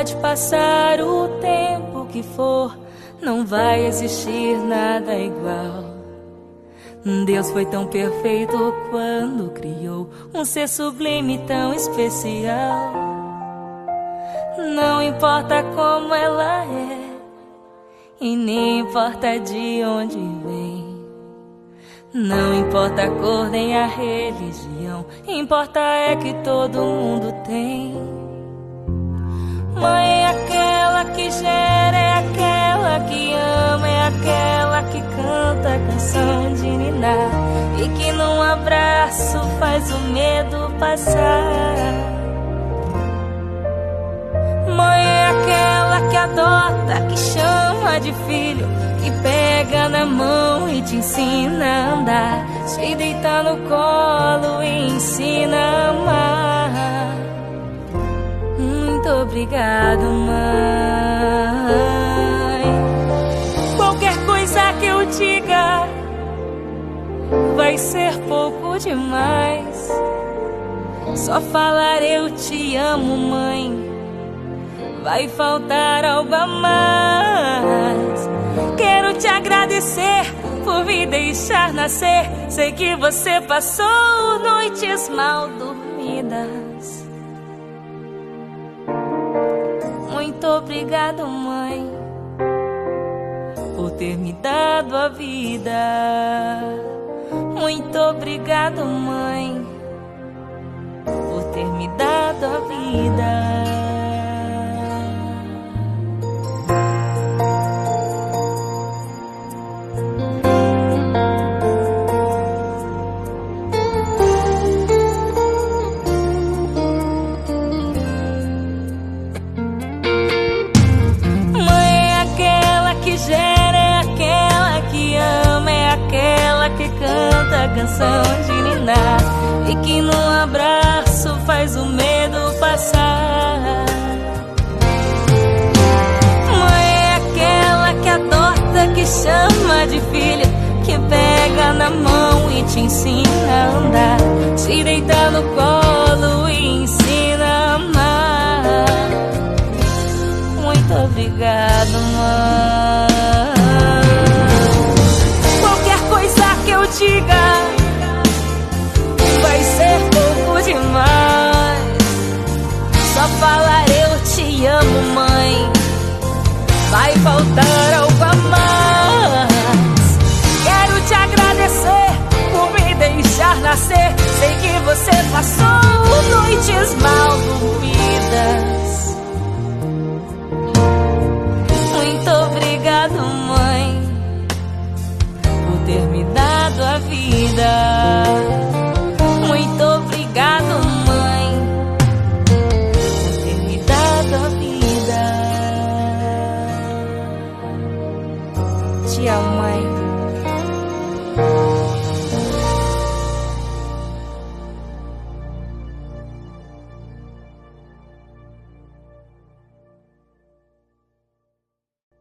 Pode passar o tempo que for, não vai existir nada igual. Deus foi tão perfeito quando criou um ser sublime tão especial. Não importa como ela é, e nem importa de onde vem. Não importa a cor nem a religião, importa é que todo mundo tem. Mãe é aquela que gera, é aquela que ama, é aquela que canta a canção de ninar e que num abraço faz o medo passar. Mãe é aquela que adota, que chama de filho, que pega na mão e te ensina a andar, te deita no colo e ensina a amar. Muito obrigado, mãe. Qualquer coisa que eu diga vai ser pouco demais. Só falar eu te amo, mãe, vai faltar algo a mais. Quero te agradecer por me deixar nascer. Sei que você passou noites mal dormidas. Muito obrigado, mãe, por ter me dado a vida. Muito obrigado, mãe, por ter me dado a vida. Canta a canção de ninar e que num abraço faz o medo passar. Mãe é aquela que adota, que chama de filha, que pega na mão e te ensina a andar, te deita no colo e ensina a amar. Muito obrigado, mãe. Diga, vai ser pouco demais. Só falar eu te amo, mãe, vai faltar algo a mais. Quero te agradecer por me deixar nascer. Sei que você passou noites mal dormidas. Muito obrigado, mãe, por ter me dado a vida. Muito obrigado, mãe, por ter me dado a vida. Te amo, mãe.